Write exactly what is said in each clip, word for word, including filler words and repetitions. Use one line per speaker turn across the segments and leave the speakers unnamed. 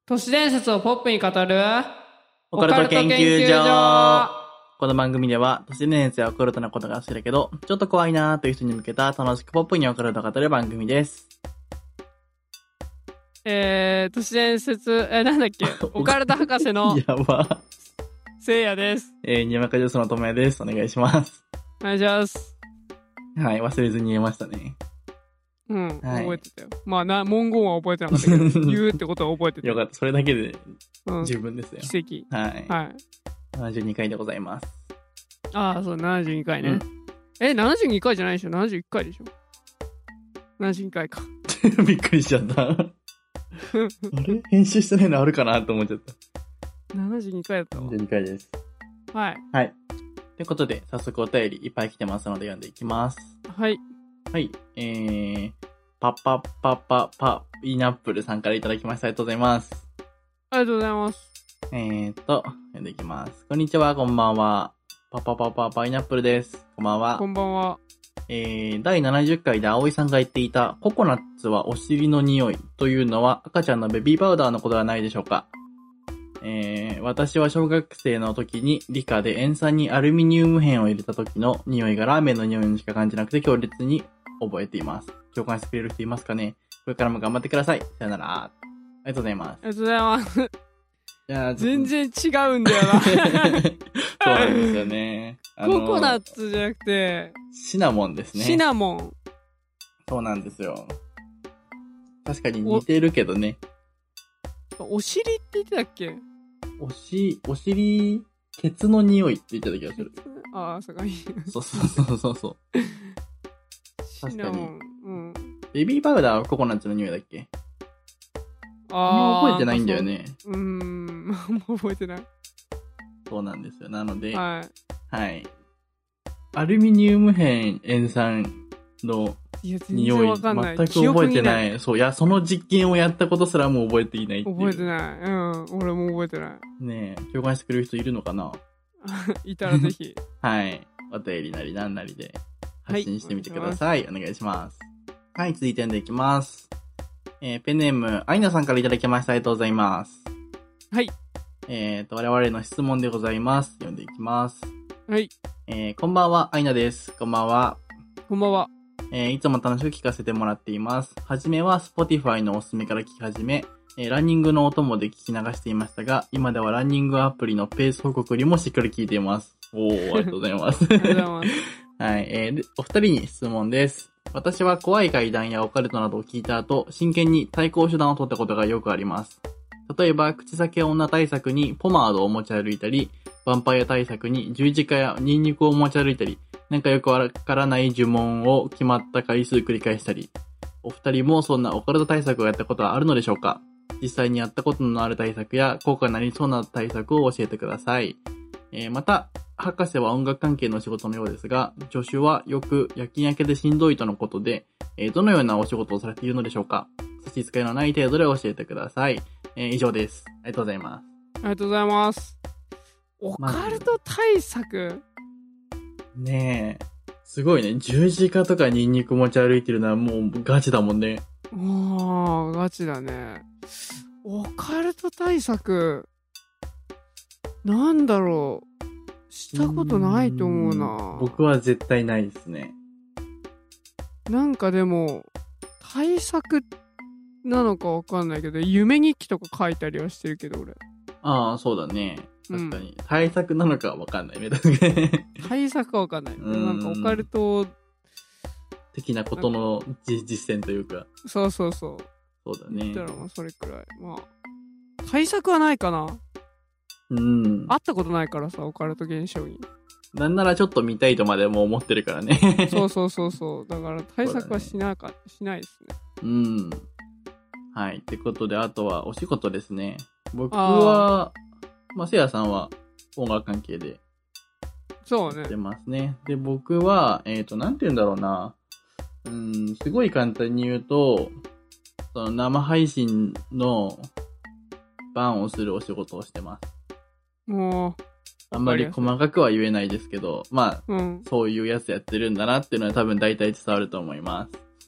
都市伝説をポップに語る
オカルト研究所。この番組では都市伝説やオカルトなことが好きだけどちょっと怖いなーという人に向けた楽しくポップにオカルトを語る番組です。
えー、都市伝説えなんだっけオカルト博士の
やば
せいやです。
えー、にわかジュースのともやです。お願いします。
お願いします。
はい、忘れずに言えましたね。
うん、
はい、
覚えてたよ。まあな文言は覚えてなかったけど言うってことは覚えてた。
よかった、それだけで
うん、
十分ですよ。
奇跡。
はい、
はい、
ななじゅうにかいでございます。
ああそうななじゅうにかいね、うん、えななじゅうにかいじゃないでしょ、ななじゅういっかいでしょ。ななじゅうにかいか
びっくりしちゃったあれ編集してないのあるかなと思っちゃった
ななじゅうにかいだったわ。
ななじゅうにかいです。
はい
はいということで早速お便りいっぱい来てますので読んでいきます。
はい
はいえーパパパパパイナップルさんからいただきました。ありがとうございます。
ありがとうございます。
えーっと読んでいきます。こんにちは、こんばんは。パパパパパイナップルです。こんばんは。
こんばんは。
えー、だいななじゅっかいで葵さんが言っていたココナッツはお尻の匂いというのは赤ちゃんのベビーパウダーのことではないでしょうか。えー、私は小学生の時に理科で塩酸にアルミニウム片を入れた時の匂いがラーメンの匂いにしか感じなくて強烈に覚えています。共感してくれる人いますかね。これからも頑張ってください。さよなら。ありがとうございます。
ありがとうございます。
いや
全然違うんだよな
そうなんですよね。
ココナッツじゃなくて
シナモンですね。
シナモン。
そうなんですよ。確かに似てるけどね。
お, お尻って言ってたっけ。
おし、お尻、ケツの匂いって言ってた気がする。
ああ、そうか。
そうそうそうそうそう。
確かに。うん。
ベビーパウダーはココナッツの匂いだっけ。
ああ。
覚えてないんだよね。
うーん、もう覚えてない。
そうなんですよ。なので、
はい。
はい。アルミニウム片塩酸の匂い、全く覚えてない。そう、いや、その実験をやったことすらも覚えていないっていう。
覚えてない。うん、俺も覚えてない。
ねえ、共感してくれる人いるのかな。
いたらぜひ。
はい。お便りなりなんなりで発信してみてください。はい、お願いします。はい、続いて読んでいきます。えー、ペンネーム、アイナさんからいただきました。ありがとうございます。
はい。
えーと、我々の質問でございます。読んでいきます。
はい。
えー、こんばんは、アイナです。こんばんは。
こんばんは。
えー、いつも楽しく聞かせてもらっています。はじめは Spotify のおすすめから聞き始め、えー、ランニングのお供で聞き流していましたが、今ではランニングアプリのペース報告よりもしっかり聞いています。おー、ありがとうございます。
ありがとうございます。
はい、えー、で、お二人に質問です。私は怖い怪談やオカルトなどを聞いた後、真剣に対抗手段を取ったことがよくあります。例えば、口先女対策にポマードを持ち歩いたり、ヴァンパイア対策に十字架やニンニクを持ち歩いたり、なんかよくわからない呪文を決まった回数繰り返したり、お二人もそんなオカルト対策をやったことはあるのでしょうか？実際にやったことのある対策や効果になりそうな対策を教えてください。えー、また、博士は音楽関係の仕事のようですが、助手はよく夜勤明けでしんどいとのことで、えー、どのようなお仕事をされているのでしょうか？差し支えのない程度で教えてください。えー、以上です。ありがとうございます。
ありがとうございます。オカルト対策、
ま、ねえ。すごいね。十字架とかニンニク持ち歩いてるのはもうガチだもんね。
ああ、ガチだね。オカルト対策、なんだろう。したことないと思うな。
僕は絶対ないですね。
なんかでも対策なのかわかんないけど、夢日記とか書いたりはしてるけど俺。
ああ、そうだね。確かに、うん、対策なのかわかんないね。
対策かわかんない。なんかオカルト
的なことの実践というか。
そうそうそう。
そうだね。
言ったらまあそれくらい。まあ対策はないかな。
うん。
会ったことないからさ、オカルト現象に。
なんならちょっと見たいとまでも思ってるからね。
そうそうそうそう。だから対策はしなか、ね、しないですね。
うん。はい。ってことで、あとはお仕事ですね。僕は、まあ、せいやさんは音楽関係で。
そうね。
やってますね。で、僕は、えっと、なんて言うんだろうな。うん、すごい簡単に言うと、その生配信のバンをするお仕事をしてます。
もう、
あんまり細かくは言えないですけど、まあ、うん、そういうやつやってるんだなっていうのは多分大体伝わると思います。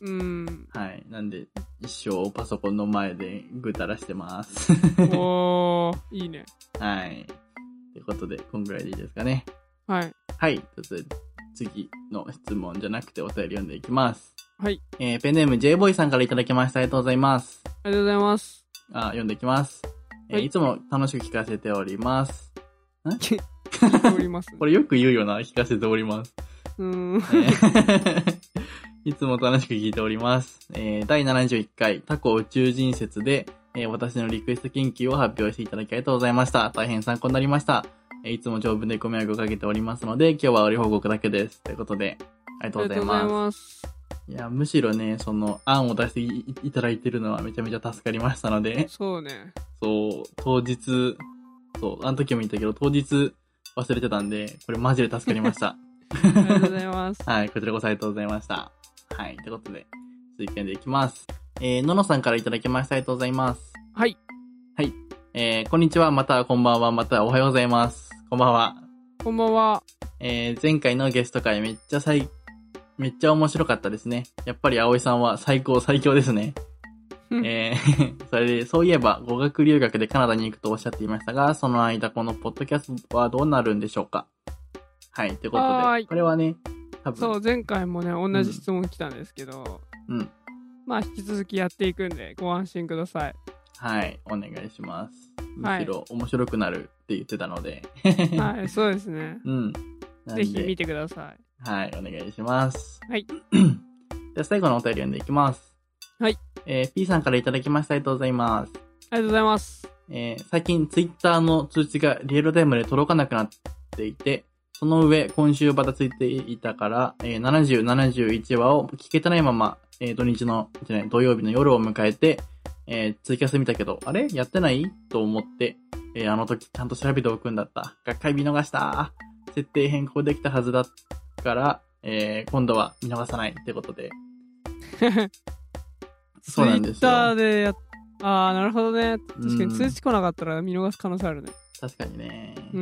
うん
はい。なんで、一生パソコンの前でぐたらしてます。
おーいいね。
はい。ということで、こんぐらいでいいですかね。
はい
はい。ということで、次の質問じゃなくてお便り読んでいきます。
はい。
えー、ペンネーム J ボーイさんからいただきました。ありがとうございます。
ありがとうございます。
あ、読んでいきます。えー
はい
いつも楽しく聞かせております。
聞いております。
これよく言うよな、聞かせております。
うーん。
えーいつも楽しく聞いております。えー、だいななじゅういっかいタコ宇宙人説で、えー、私のリクエスト研究を発表していただきありがとうございました。大変参考になりました。えー、いつも長文でご迷惑をかけておりますので、今日はご報告だけです。ということで、ありがとうございます。
ありがとうございます。
いや、むしろね、その案を出して い, いただいてるのはめちゃめちゃ助かりましたので、
そうね。
そう、当日、そう、あの時も言ったけど、当日忘れてたんで、これマジで助かりました。
ありがとうございます。
はい、こちらこそありがとうございました。はい、ということで、続きでいきます。えー、ののさんからいただきました。ありがとうございます。
はい。
はい。えー、こんにちは、またはこんばんは、またはおはようございます。こんばんは。
こんばんは。
えー、前回のゲスト会めっちゃ最、めっちゃ面白かったですね。やっぱり葵さんは最高最強ですね。えー、それで、そういえば語学留学でカナダに行くとおっしゃっていましたが、その間このポッドキャストはどうなるんでしょうか。はい、ということで、
はーい
これはね、多分。
そう、前回もね、同じ質問来たんですけど、
うん。
まあ、引き続きやっていくんで、ご安心ください。
はい、お願いします。む
はい
しろ面白くなるって言ってたので。
はい、そうですね。
うん。なんで
ぜひ見てください。
はい、お願いします。
はい。
じゃあ最後のお便り読んでいきます。
はい。
えー、P さんからいただきました。ありがとうございます。
ありがとうございます。
えー、最近 Twitter の通知がリアルタイムで届かなくなっていて、その上、今週バタついていたから、えー、ななじゅう、ななじゅういちわを聞けてないまま、えー、土日の、じゃない、土曜日の夜を迎えて、えー、ツイキャス見たけど、あれやってないと思って、えー、あの時ちゃんと調べておくんだった。がっかり見逃した。設定変更できたはずだから、えー、今度は見逃さないってことで。そうなんですよ。
ツイッターでやっ、あー、なるほどね。確かに通知来なかったら見逃す可能性あるね。
確かにね。
うん。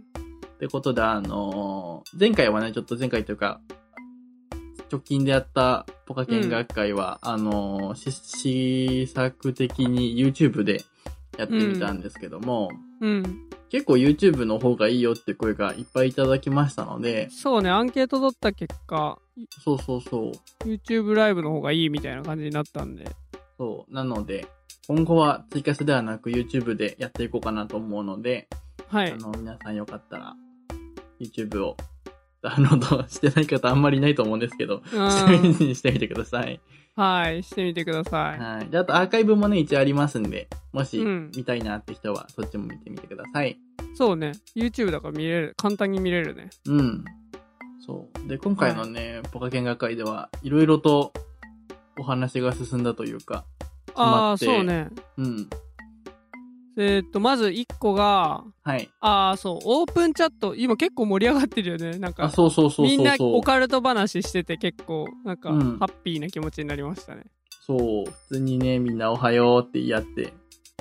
ってことで、あのー、前回はね、ちょっと前回というか、直近でやったポカ見学会は、うん、あのー、試作的に YouTube でやってみたんですけども、
うん。うん、
結構 YouTube の方がいいよって声がいっぱいいただきましたので、
そうね、アンケート取った結果、
そうそうそう。
YouTube ライブの方がいいみたいな感じになったんで。
そう。なので、今後はツイキャスではなく YouTube でやっていこうかなと思うので、
はい。
あの、皆さんよかったら、YouTube をダウンロードしてない方あんまりいないと思うんですけど、してしてみてください。
はい、してみてください。
はい。で、あとアーカイブもね、一応ありますんで、もし見たいなって人は、そっちも見てみてください。
うん、そうね。YouTube だから見れる。簡単に見れるね。
うん。そう。で、今回のね、はい、ポカ見学会では、いろいろとお話が進んだというか、
ああ、そうね。
うん。
えー、っと、まずいっこが、
はい。
ああ、そう、オープンチャット、今結構盛り上がってるよね。なんか、
あ、そうそうそうそうそう。
みんなオカルト話してて結構、なんか、
うん、
ハッピーな気持ちになりましたね。
そう、普通にね、みんなおはようって言い合って、
うん。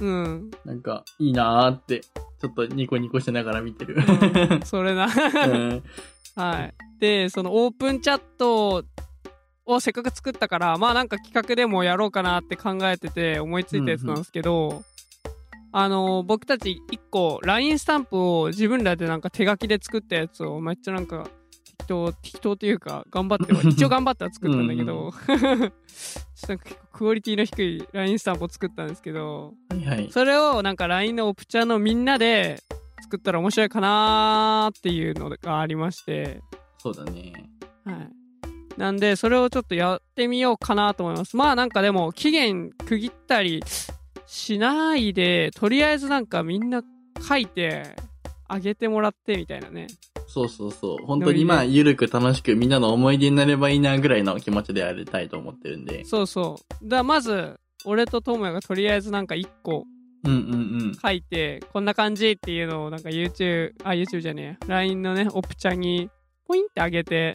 なんか、いいなーって、ちょっとニコニコしながら見てる。
うん、それな。
うん、
はい。で、そのオープンチャットをせっかく作ったから、まあなんか企画でもやろうかなって考えてて思いついたやつなんですけど、うんうん、あのー、僕たちいっこ ライン スタンプを自分らでなんか手書きで作ったやつをめっちゃなんか適当、適当というか頑張っては、一応頑張っては作ったんだけど、ちょっとなんか結構クオリティの低い ライン スタンプを作ったんですけど、
はいはい、
それをなんか ライン のオプチャのみんなで作ったら面白いかなーっていうのがありまして。
そうだね。
はい。なんで、それをちょっとやってみようかなと思います。まあなんかでも、期限区切ったりしないで、とりあえずなんかみんな書いて、あげてもらってみたいなね。
そうそうそう。本当にまあ、ゆるく楽しくみんなの思い出になればいいなぐらいの気持ちでやりたいと思ってるんで。
そうそう。だからまず、俺とともやがとりあえずなんかいっこ、
うんうんうん。
書いて、こんな感じっていうのをなんか YouTube、あ、YouTube じゃねえ、ライン のね、オプチャにポインってあげて、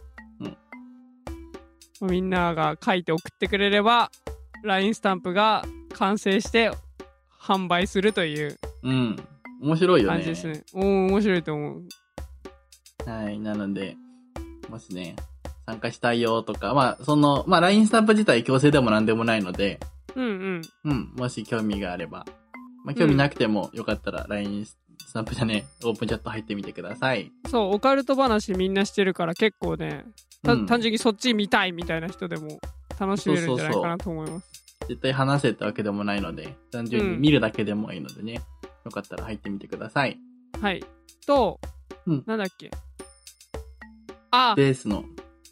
うん、みんなが書いて送ってくれれば ライン スタンプが完成して販売するという、
うん、面白いよね。
感じですね。おー、面白いと思う。
はい、なのでもしね参加したいよとか、まあ、その、まあ、ライン スタンプ自体強制でもなんでもないので、
うんうん。
うん、もし興味があれば。まあ、興味なくてもよかったら ライン スタンプじゃねえ、オープンチャット入ってみてください。
そう、オカルト話みんなしてるから結構ね、た、
うん、
単純にそっち見たいみたいな人でも楽しめるんじゃないかなと思います。そうそうそう、
絶対話せたわけでもないので、単純に見るだけでもいいのでね、うん、よかったら入ってみてください。
はい。と、うん、なんだっけ。あ
ベースの。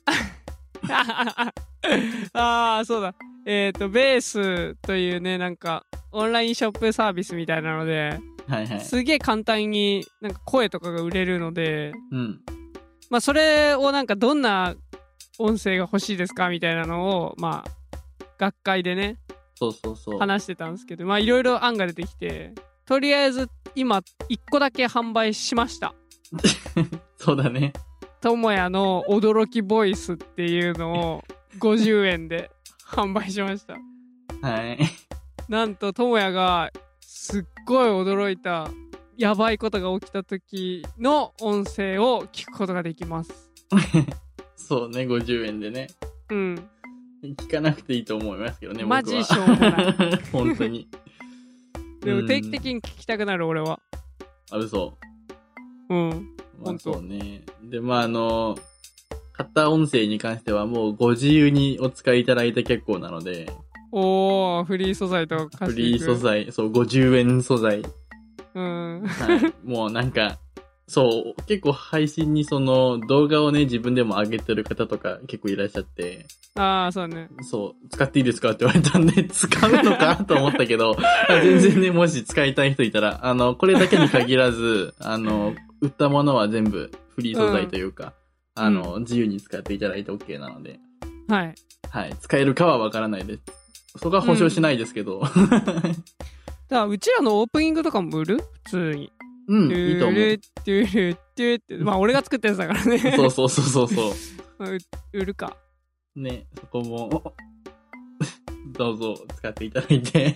ああ、そうだ。えっ、ー、と、ベースというね、なんか、オンラインショップサービスみたいなので、
はいはい。
すげえ簡単になんか声とかが売れるので、
うん。
まあ、それをなんかどんな音声が欲しいですかみたいなのを、まあ、学会でね、
そうそうそう。
話してたんですけど、まあ、いろいろ案が出てきて、とりあえず今、いっこだけ販売しました。
そうだね。
ともやの驚きボイスっていうのをごじゅうえんで販売しました。
はい。
なんとともやがすっごい驚いたやばいことが起きた時の音声を聞くことができます。
そうね、ごじゅうえんでね。
うん。
聞かなくていいと思いますけどね、
マジしょうもない。
本当に。
でも定期的に聞きたくなる俺は。
あ、嘘。
うん。
まあ、そうね。で、まあ、あの、買った音声に関してはもうご自由にお使いいただいて結構なので。
おー、フリー素材と貸していく。
フリー素材、そう、ごじゅうえん素材。
うん。
はい。もうなんか、そう、結構配信にその動画をね、自分でも上げてる方とか結構いらっしゃって。
ああ、そうね。
そう、使っていいですかって言われたんで、使うのかと思ったけど、全然ね、もし使いたい人いたら、あの、これだけに限らず、あの、売ったものは全部フリー素材というか、うん、あの、自由に使っていただいて OK なので。
はい。
はい。使えるかはわからないです。そこは保証しないですけど。うん、だか
らうちらのオープニングとかも売る普通に。
うん、いいと思う。
トゥルトゥルって、まあ俺が作ったやつだからね。
そうそうそうそうそう。
まあ、売るか。
ね、そこも、どうぞ使っていただいて。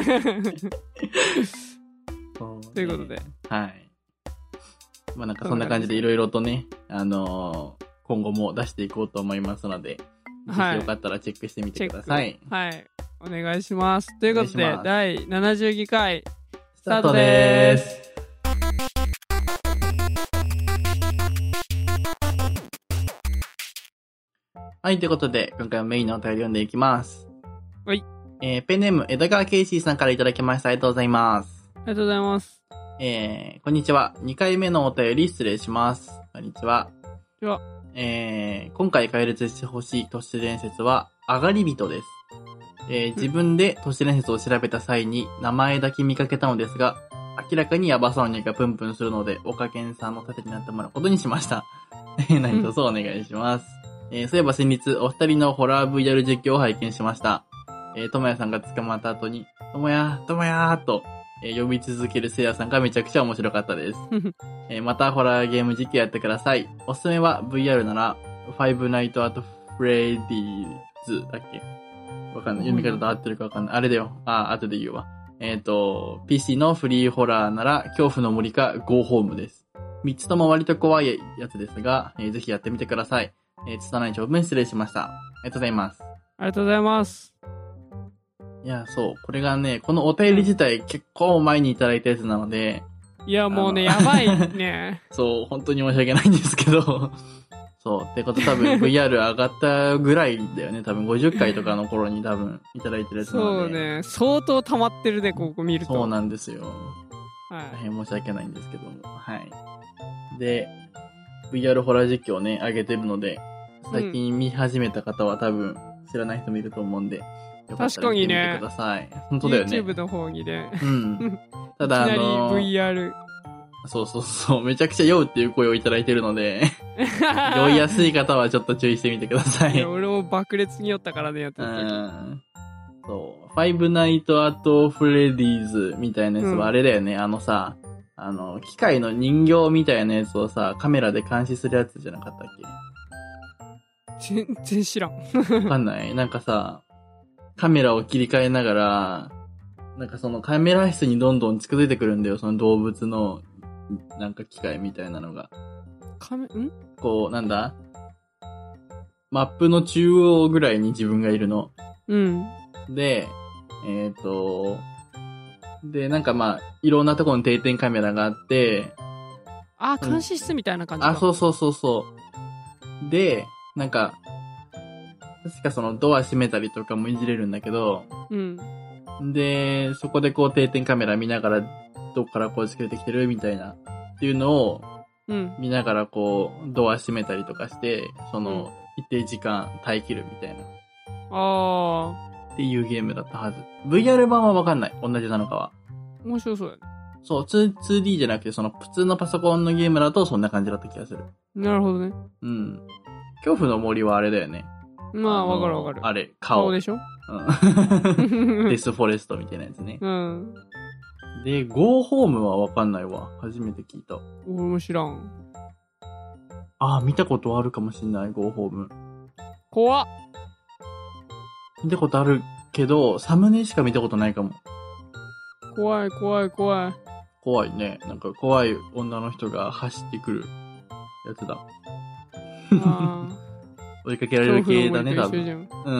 ということで。
はい。まあなんかそんな感じでいろいろとね、あのー、今後も出していこうと思いますので、はい、ぜひよかったらチェックしてみてください。
はい。お願いします。ということで、だいななじゅうにかい、
スタートでーす。はい、ということで、今回はメインのお便り読んでいきます。
はい。
えー、ペンネーム、枝川ケイシーさんからいただきました。ありがとうございます。
ありがとうございます。
えー、こんにちは。にかいめのお便り失礼します。こんにちは。
では。
えー、今回解説してほしい都市伝説は、あがり人です。えー、自分で都市伝説を調べた際に名前だけ見かけたのですが、明らかにヤバそうにがプンプンするので、おかけんさんの盾になってもらうことにしました。何卒お願いします。えー、そういえば先日、お二人のホラー ブイアール 実況を拝見しました。えー、ともやさんが捕まった後に、ともや、ともやーと、えー、読み続けるせいやさんがめちゃくちゃ面白かったです。えー、またホラーゲーム実況やってください。おすすめは ブイアール なら、ファイブナイトアットフレディーズだっけわかんない。読み方と合ってるかわかんない。あれだよ。あ、後で言うわ。えっと、ピーシー のフリーホラーなら、恐怖の森か Go Home です。三つとも割と怖いやつですが、えー、ぜひやってみてください。えー、つたない長文失礼しました。ありがとうございます。
ありがとうございます。
いや、そう。これがね、このお便り自体結構前にいただいたやつなので。
いや、もうね、やばいね。
そう、本当に申し訳ないんですけど。そう。ってこと多分 ブイアール 上がったぐらいだよね。多分ごじゅっかいとかの頃に多分いただいてるやつなので。
そうね。相当溜まってるね、ここ見ると。
そうなんですよ。
はい。
大変申し訳ないんですけども。はい。で、ブイアール ホラー実況をね、上げてるので、最近見始めた方は多分知らない人もいると思うんで、よかったら見てみてください。本当だよね。
YouTube の方にね。
うん。ただ、あのー、
いきなり ブイアール。
そうそうそう。めちゃくちゃ酔うっていう声をいただいてるので、酔いやすい方はちょっと注意してみてください。い
や、俺も爆裂に酔ったからね、やってた時。うん。
そう。ファイブナイトアットフレディーズみたいなやつはあれだよね。うん、あのさ、あの、機械の人形みたいなやつをさ、カメラで監視するやつじゃなかったっ
け？全然知らん。
わかんない？なんかさ、カメラを切り替えながら、なんかそのカメラ室にどんどん近づいてくるんだよ、その動物の、なんか機械みたいなのが。
カメ、ん？
こう、なんだマップの中央ぐらいに自分がいるの。
うん。
で、えっ、ー、と、で、なんかまあ、いろんなところに定点カメラがあって、
あ、監視室みたいな感じか。
あ、そうそうそうそう。で、なんか、確かそのドア閉めたりとかもいじれるんだけど、
うん。
で、そこでこう定点カメラ見ながら、どっからこう作れてきてるみたいな、っていうのを、
うん。
見ながらこう、ドア閉めたりとかして、その、一定時間耐え切るみたいな。
あ
あ。っていうゲームだったはず。ブイアール 版はわかんない。同じなのかは。
面白そうだね。
そう、ツー ツーディー じゃなくて、その普通のパソコンのゲームだとそんな感じだった気がする。
なるほどね。
うん。恐怖の森はあれだよね。
まあ、わかるわかる。
あれ、顔。
顔でしょ
うん。デスフォレストみたいなやつね。
うん。
で、ゴーホームはわかんないわ。初めて聞いた。
俺も知らん。
ああ、見たことあるかもしんない、ゴーホーム。
怖っ。
見たことあるけど、サムネしか見たことないかも。
怖い怖い怖い。
怖いね。なんか怖い女の人が走ってくるやつだ。あ追いかけられる系だね、多分。うん、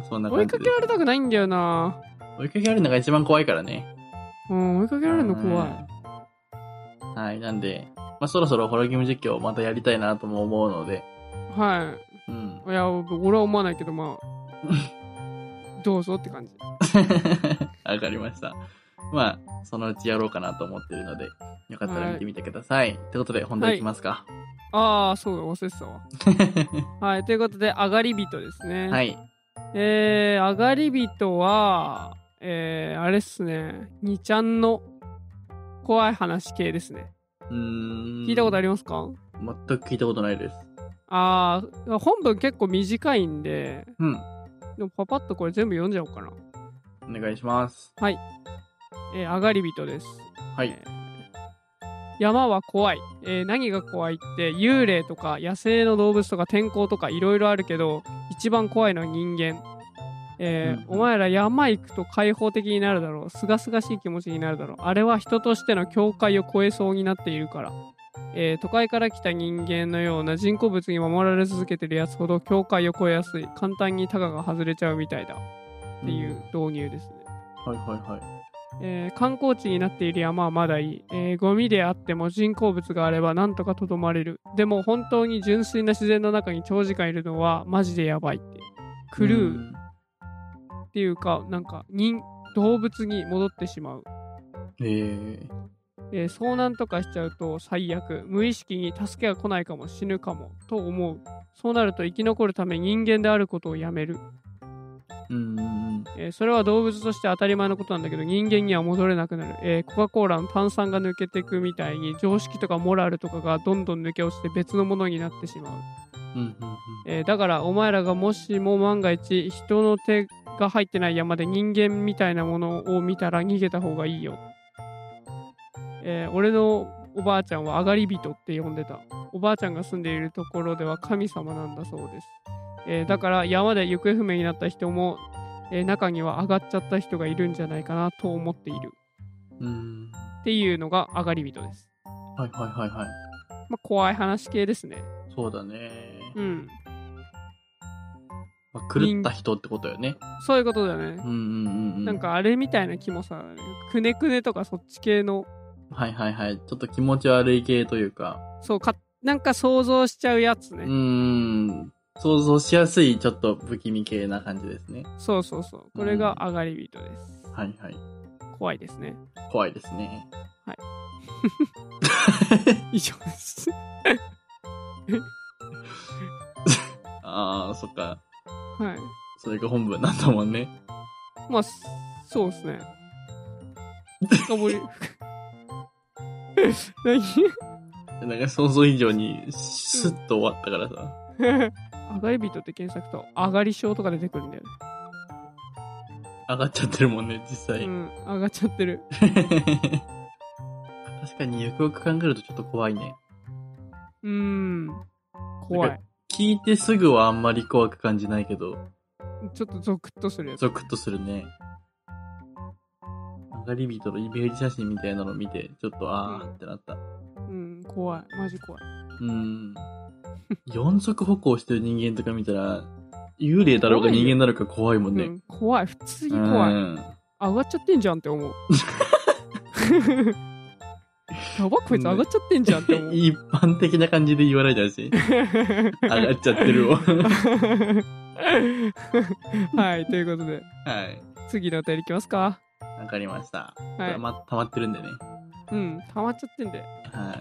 そんな感じ。
追いかけられたくないんだよな。
追いかけられるのが一番怖いからね。
うん、追いかけられるの怖い。
はい、なんで、まあ、そろそろホラーゲーム実況をまたやりたいなとも思うので。
はい。うん。いや、俺は思わないけど、まあ、どうぞって感じ。
わかりました。まあ、そのうちやろうかなと思ってるので、よかったら見てみてください。と、はい、いうことで、本題いきますか。はい、
ああ、そうだ、忘れてたわ。はい、ということで、上がり人ですね。
はい。
えー、上がり人は、えー、あれっすね、にちゃんの怖い話系ですね。
うーん。
聞いたことありますか？
全く聞いたことないです。
ああ、本文結構短いんで、
うん。
でもパパッとこれ全部読んじゃおうかな。
お願いします。
はい。えー、上がり人です。
はい。
えー山は怖い、えー、何が怖いって幽霊とか野生の動物とか天候とかいろいろあるけど一番怖いのは人間、えーうんうん、お前ら山行くと開放的になるだろう、すがすがしい気持ちになるだろう、あれは人としての境界を越えそうになっているから、えー、都会から来た人間のような人工物に守られ続けてるやつほど境界を越えやすい、簡単にタガが外れちゃうみたいだっていう導入ですね、
うん、はいはいはい。
えー、観光地になっている山はまだいい、えー、ゴミであっても人工物があればなんとかとどまれる。でも本当に純粋な自然の中に長時間いるのはマジでやばいって。狂うっていうか、なんか人動物に戻ってしまう。
へー
えー、遭難とかしちゃうと最悪、無意識に助けが来ないかも死ぬかもと思う。そうなると生き残るため人間であることをやめる。
うん
えー、それは動物として当たり前のことなんだけど人間には戻れなくなる、えー、コカ・コーラの炭酸が抜けていくみたいに常識とかモラルとかがどんどん抜け落ちて別のものになってしまう、
うんうんうん
えー、だからお前らがもしも万が一人の手が入ってない山で人間みたいなものを見たら逃げた方がいいよ、えー、俺のおばあちゃんは上がり人って呼んでた。おばあちゃんが住んでいるところでは神様なんだそうです、えー、だから山で行方不明になった人もえー、中には上がっちゃった人がいるんじゃないかなと思っている。
うーん
っていうのが上がり人です。
はいはいはいはい。
まあ、怖い話系ですね。
そうだね。
うん。
まあ、狂った人ってことよね。
そういうことだよね。
うんうんうん、うん。
なんかあれみたいな気もさ、くねくねとかそっち系の。
はいはいはい。ちょっと気持ち悪い系というか。
そうか、なんか想像しちゃうやつね。
うーん。想像しやすい、ちょっと不気味系な感じですね。
そうそうそう。これが上がり人です。
うん、はいはい。
怖いですね。
怖いですね。
はい。以上です。
ああ、そっか。
はい。
それが本文なんだもんね。
まあ、そうですね。深掘り。
何なんか想像以上にスッと終わったからさ。
上がり人って検索と上がり症とか出てくるんだよね。
上がっちゃってるもんね、実際。
うん、上がっちゃってる。
確かによくよく考えるとちょっと怖いね。
うーん、怖い。
聞いてすぐはあんまり怖く感じないけど。
ちょっとゾクッとするやつ。
ゾクッとするね。上がり人のイメージ写真みたいなの見て、ちょっとあーってなった。
うん、うん、怖い。マジ怖い。
うーん。 四足歩行してる人間とか見たら、幽霊だろうが人間だろうが怖いもんね。
うん、怖い。普通に怖い。上がっちゃってんじゃんって思う。やばこいつ上がっちゃってんじゃんって思う。
一般的な感じで言わないでほしい。上がっちゃってるわ。
はい、ということで。
はい。
次のお便りいきますか。
わかりました。
はい。
ま、溜まってるんでね。
うん、溜まっちゃってんで。
はい。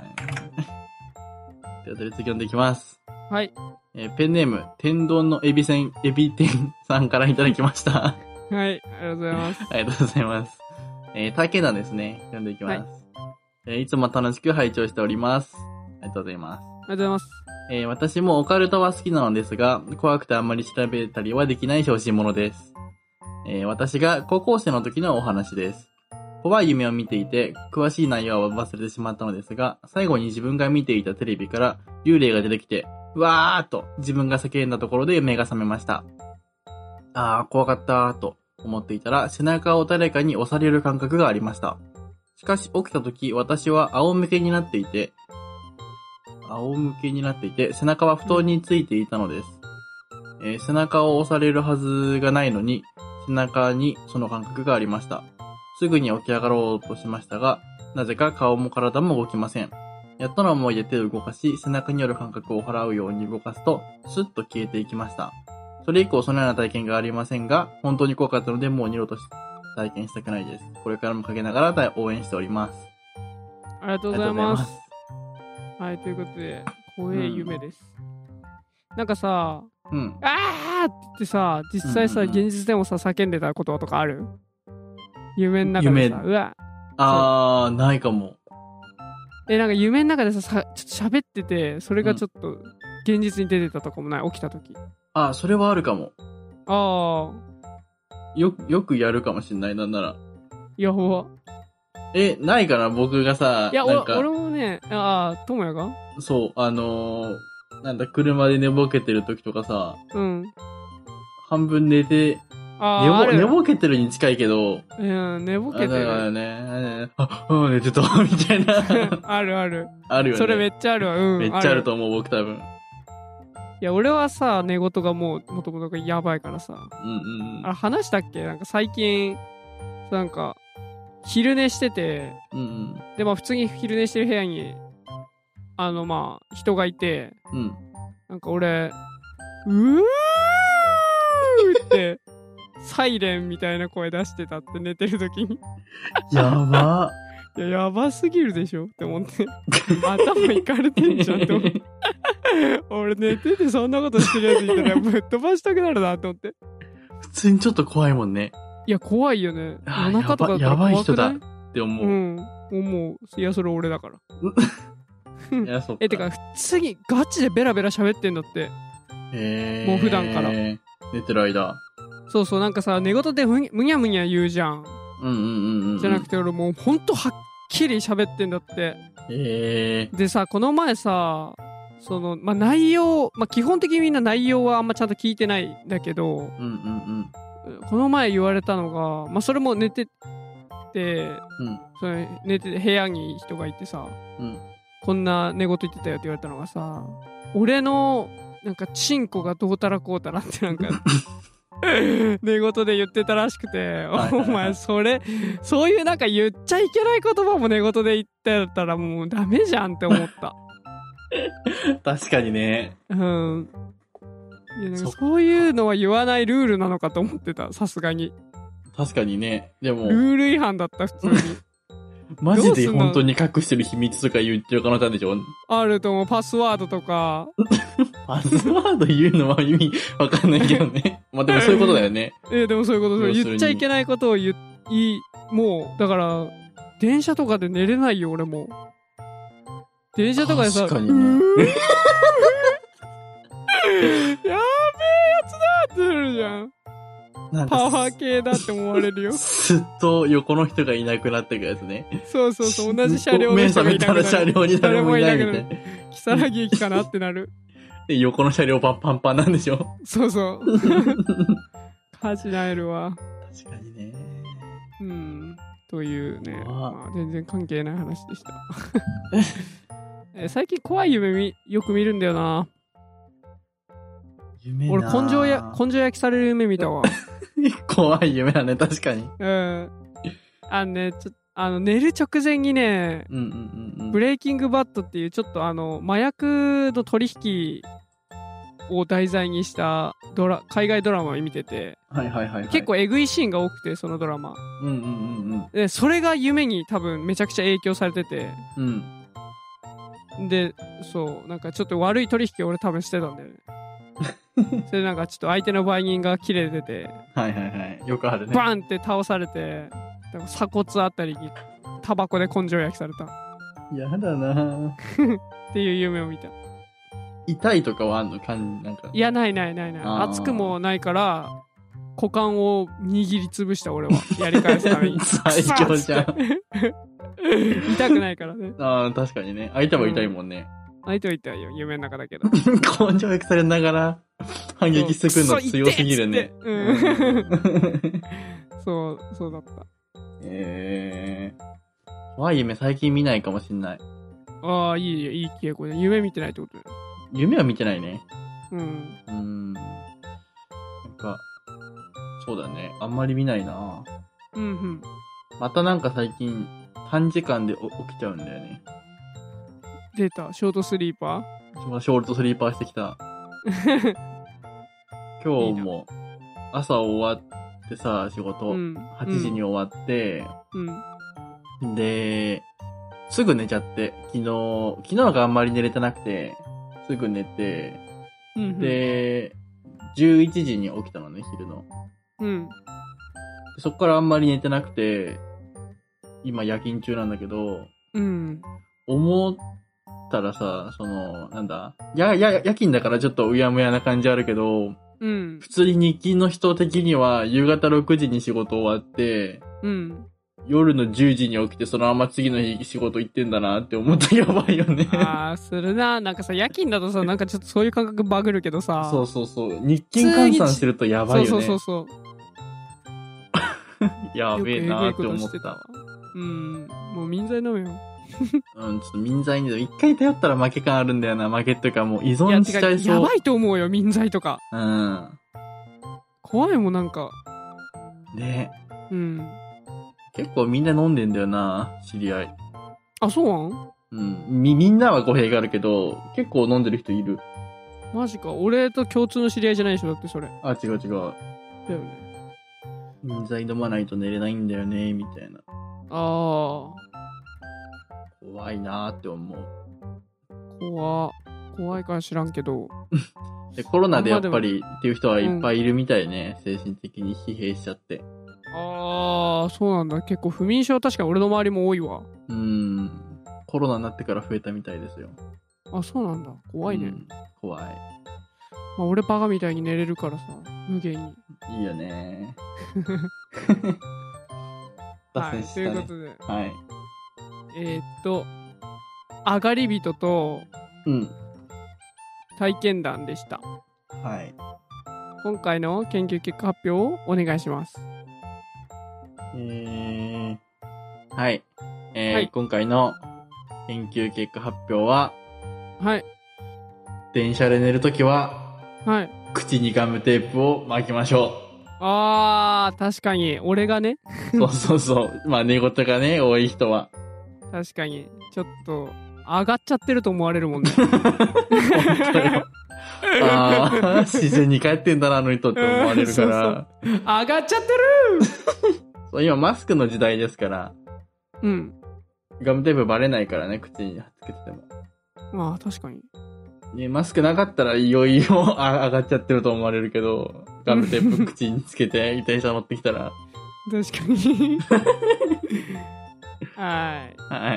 ということで次読んでいきます。
はい。
えー、ペンネーム、天丼のエビせん、エビ天さんからいただきました。
はい、ありがとうございます。
ありがとうございます。えー、体験談ですね。読んでいきます。はい、えー、いつも楽しく拝聴しております。ありがとうございます。
ありがとうございます。
えー、私もオカルトは好きなのですが、怖くてあんまり調べたりはできない小心者です。えー、私が高校生の時のお話です。怖い夢を見ていて、詳しい内容は忘れてしまったのですが、最後に自分が見ていたテレビから幽霊が出てきて、うわーっと自分が叫んだところで目が覚めました。あー、怖かったーと思っていたら、背中を誰かに押される感覚がありました。しかし起きた時、私は仰向けになっていて、仰向けになっていて、背中は布団についていたのです。えー、背中を押されるはずがないのに、背中にその感覚がありました。すぐに起き上がろうとしましたが、なぜか顔も体も動きません。やっとの思いで手を動かし、背中による感覚を払うように動かすと、スッと消えていきました。それ以降そのような体験がありませんが、本当に怖かったのでもう二度と体験したくないです。これからもかけながら応援しております。
ありがとうございます。はい、ということで、怖い夢です。うん、なんかさ、
うん、
あーって言ってさ、実際さ、うんうんうん、現実でもさ、叫んでたこととかある？夢の中でさ、うわ。
あー、ないかも。
え、なんか夢の中でさ、さちょっと喋ってて、それがちょっと現実に出てたとかもない？起きたとき。
あー、それはあるかも。
あ
ー。よ、よくやるかもしんない、なんなら。
やば。
え、ないかな僕がさ、
いや、
なんか
俺もね、あー、ともやが
そう、あのー、なんだ、車で寝ぼけてる時とかさ、
うん。
半分寝て、
あ
寝ぼ、寝ぼけてるに近いけど、
うん、寝ぼけてる。
だからね、あ、あ、寝てた、みたいな。
あるある。
あるよね。
それめっちゃあるわ、うん。
めっちゃあると思う、僕多分。
いや、俺はさ、寝言がもう、もともとやばいからさ。
うんうんうん。
あ、話したっけ？なんか最近、なんか、昼寝してて、
うんうん、
で、まあ普通に昼寝してる部屋に、あの、まあ、人がいて、
うん、
なんか俺、うーってサイレンみたいな声出してたって寝てる時に
やば
いややばすぎるでしょって思って頭いかれてんじゃんって思って俺寝ててそんなことしてるやついたらぶっ飛ばしたくなるなって思って。
普通にちょっと怖いもんね。
いや怖いよね。
夜中とかだったら怖くない？やばい人だって思う。
うん思う。いやそれ俺だから
いやそっか。
えてか普通にガチでベラベラ喋ってんだって。
へー。
もう普段から
寝てる間。
そうそう、なんかさ、寝言でむにむにゃむにゃ言うじゃん。
うんうんうんうん。
じゃなくて俺もうほんとはっきり喋ってんだって。
へー。
でさ、この前さ、その、まあ、内容、まあ、基本的にみんな内容はあんまちゃんと聞いてないんだけど、
うんうん
うん、この前言われたのが、まあ、それも寝てて、
うん、
それ寝てて部屋に人がいてさ、
うん、
こんな寝言言ってたよって言われたのがさ、俺の、なんか、チンコがどうたらこうたらってなんか、寝言で言ってたらしくて、お前それそういうなんか言っちゃいけない言葉も寝言で言ってたらもうダメじゃんって思った
確かにね。
うんいやなんかそういうのは言わないルールなのかと思ってた。さすがに
確かにね。でも
ルール違反だった普通に
マジで本当に隠してる秘密とか言ってる可能性あるでしょ。
あると思う。パスワードとか
パスワード言うのは意味わかんないけどね。まあでもそういうことだよね。
えでもそういうことそう言っちゃいけないことを言いもうだから電車とかで寝れないよ俺も。電車とかでさ
確かにね
やべえやつだってなるじゃん。なんかパワー系だって思われるよ。
ずっと横の人がいなくなってくやつね。
そうそうそう、同じ車両の人がいなくなる。
目覚めたら車両に誰もいないみたいな。
木更木駅かなってなる。
で、横の車両パンパンパンなんでしょ。
そうそう。火事なえるわ。
確かにね。
うん。というね、まあ、全然関係ない話でした。え最近怖い夢みよく見るんだよな。
夢な
俺、根性や、根性焼きされる夢見たわ。
怖い夢だね、確かに。
うん。あのね、ちょあの、寝る直前にね、
うんうんうんうん。
ブレイキングバッドっていうちょっとあの、麻薬の取引を題材にしたドラ、海外ドラマを見てて、
はいはいはい、はい。
結構エグいシーンが多くて、そのドラマ。
うんうんうんうん。
で、それが夢に多分めちゃくちゃ影響されてて、
うん。
で、そう、なんかちょっと悪い取引を俺多分してたんだよね。それなんかちょっと相手の売人が切れてて、
はいはいはい。よくあるね。
バーンって倒されて、なんか鎖骨あたりにタバコで根性焼きされた。
やだな
っていう夢を見た。
痛いとかはあんの感じなんか。
いや、ないないないない。熱くもないから、股間を握りつぶした俺は。やり返すために。
最強じゃん。
痛くないからね。
ああ、確かにね。相手も痛いもんね。
相手は痛いよ。夢の中だけど。
根性焼きされながら反撃してくるの強すぎるね。
うん、そう、そうだった。
えー。怖い夢最近見ないかもしんない。
ああ、いいよ、いい傾向で。夢見てないってことだよ。
夢は見てないね。
うん。
うーん。なんか、そうだね。あんまり見ないな。
うんうん。
またなんか最近、短時間で起きちゃうんだよね。
出た、ショートスリーパ
ーショートスリーパーしてきた。今日も、朝終わってさ、仕事、うん、はちじに終わって、うん、で、すぐ寝ちゃって、昨日、昨日があんまり寝れてなくて、すぐ寝て、うんうん、で、じゅういちじに起きたのね、昼の。うん。そっからあんまり寝てなくて、今夜勤中なんだけど、うん。思ったらさ、その、なんだ、や、や、夜勤だからちょっとうやむやな感じあるけど、うん。普通に日勤の人的には夕方ろくじに仕事終わって、うん。夜のじゅうじに起きてそのまま次の日仕事行ってんだなって思ったらやばいよね。ああ、するな。なんかさ、夜勤だとさ、なんかちょっとそういう感覚バグるけどさ。そうそうそう。日勤換算するとやばいよね。そうそうそうそう。やべえなーって思った。うん。もう民剤飲めよ。うん、ちょっと民剤に、一回頼ったら負け感あるんだよな。負けっていうかもう依存しちゃいそう。や, やばいと思うよ、民剤とか。うん。怖いもん、なんか。ね。うん。結構みんな飲んでんだよな、知り合い。あ、そうなんうん。み、みんなは語弊があるけど、結構飲んでる人いる。マジか。俺と共通の知り合いじゃないでしょ、だってそれ。あ、違う違う。だよね。民剤飲まないと寝れないんだよね、みたいな。ああ。怖いなーって思う。怖、怖いから知らんけど。で、コロナでやっぱりっていう人はいっぱいいるみたいね。うん、精神的に疲弊しちゃって。ああ、そうなんだ。結構不眠症確かに俺の周りも多いわ。うーん。コロナになってから増えたみたいですよ。あ、そうなんだ。怖いね。うん、怖い。まあ俺バカみたいに寝れるからさ、無限に。いいよね。はい、ということで。はい。えー、っと、上がり人と、うん。体験談でした。はい。今回の研究結果発表をお願いします。えー、はい。えーはい、今回の研究結果発表は、はい。電車で寝るときは、はい。口にガムテープを巻きましょう。あー、確かに。俺がね。そうそうそう。まあ、寝言がね、多い人は。確かに。ちょっと、上がっちゃってると思われるもんね。本当よ。ああ、自然に帰ってんだな、あの人って思われるから。そうそう上がっちゃってるそう今、マスクの時代ですから。うん。ガムテープバレないからね、口につけてても。まあ、確かに。ね、マスクなかったらいよいよ上がっちゃってると思われるけど、ガムテープ口につけて、自転車乗ってきたら。確かに。はい。はい。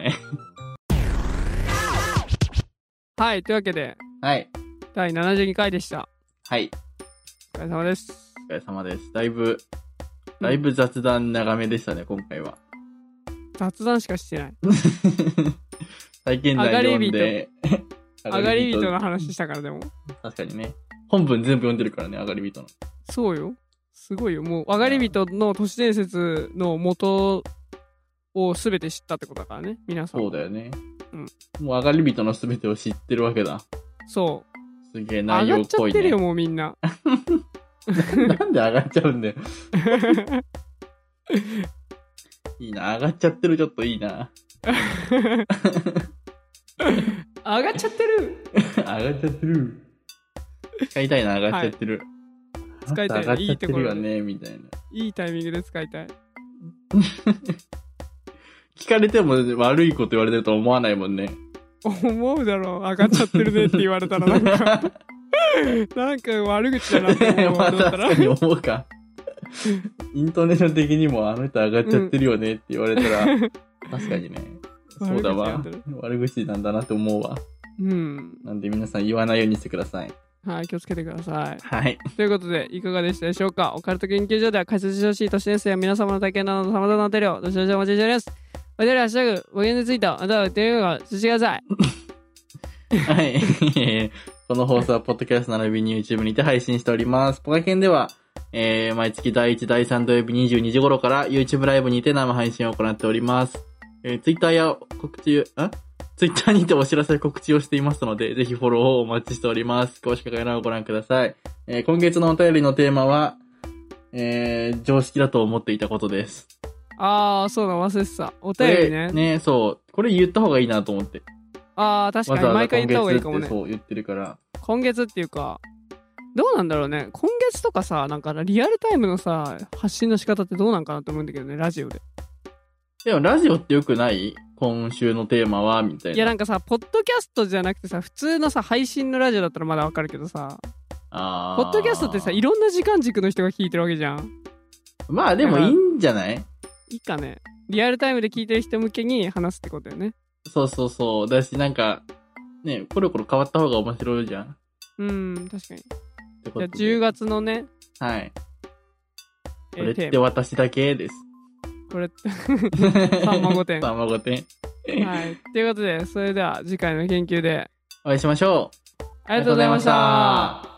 はい、というわけで。はい。だいななじゅうにかいでした。はい。お疲れ様です。お疲れ様です。だいぶ、だいぶ雑談長めでしたね、今回は。雑談しかしてない。体験談読んで、上がり人の話したからでも。確かにね。本文全部読んでるからね、上がり人の。そうよ。すごいよ。もう、上がり人の都市伝説の元をすべて知ったってことだからね、皆さん。そうだよね。うん。もう上がり人のすべてを知ってるわけだ。そう。 すげえ
上が
内容
っちゃ
濃いね。
ってるよ、もうみんな。
なんで上がっちゃうんだよ。いいな、上がっちゃってる、ちょっといいな。
上がっちゃってる
上がっちゃってる。使いたいな、上がっちゃってる。
はい使いたい
上がっちゃってるよ
いいところ
ね、みたいな。
いいタイミングで使いたい。
聞かれても悪いこと言われてると思わないもんね。
思うだろう。上がっちゃってるねって言われたらなんか、なんか悪口だなって思う
まあ
だったら。
確かに思うか。イントネーション的にもあの人上がっちゃってるよねって言われたら、確かにね。そうだわ。悪口なんだなって思うわ。
うん。
なんで皆さん言わないようにしてください。
はい、気をつけてください。
はい。
ということで、いかがでしたでしょうか。オカルト研究所では解説してほしい都市伝説や皆様の体験などの様々なお便りをどしどしお待ちしております。お便りはハッシュタグ、ご現在ツイート、またはお便りをしてください。
はい。この放送はポッドキャスト並びに YouTube にて配信しております。ポカケンでは、えー、毎月だいいち、だいさん土曜日にじゅうにじ頃から YouTube ライブにて生配信を行っております。えー、Twitter や告知、あTwitter にてお知らせ告知をしていますので、ぜひフォローをお待ちしております。詳しく概要欄をご覧ください。えー、今月のお便りのテーマは、えー、常識だと思っていたことです。
あー、そうだ、忘れてた。お便りね。
ね、そう。これ言った方がいいなと思って。
あー、確かに毎回言った方がいいかもね。
そう言ってるから。
今月っていうか、どうなんだろうね。今月とかさ、なんかリアルタイムのさ、発信の仕方ってどうなんかなって思うんだけどね、ラジオで。
でもラジオってよくない今週のテーマはみたいな。
いやなんかさ、ポッドキャストじゃなくてさ、普通のさ、配信のラジオだったらまだわかるけどさ、
あ
ポッドキャストってさ、いろんな時間軸の人が聞いてるわけじゃん。
まあでもいいんじゃない？
いいかね。リアルタイムで聞いてる人向けに話すってことよね。
そうそうそう。だしなんか、ね、コロコロ変わった方が面白いじゃん。
うん、確かに。
ってことで
じゃあじゅうがつのね、
はい。こ
えー
れって
テーマ
私だけです。
これって、さんまごてん。
さんまごてん。
はい。ということで、それでは次回の研究で
お会いしましょう。
ありがとうございました。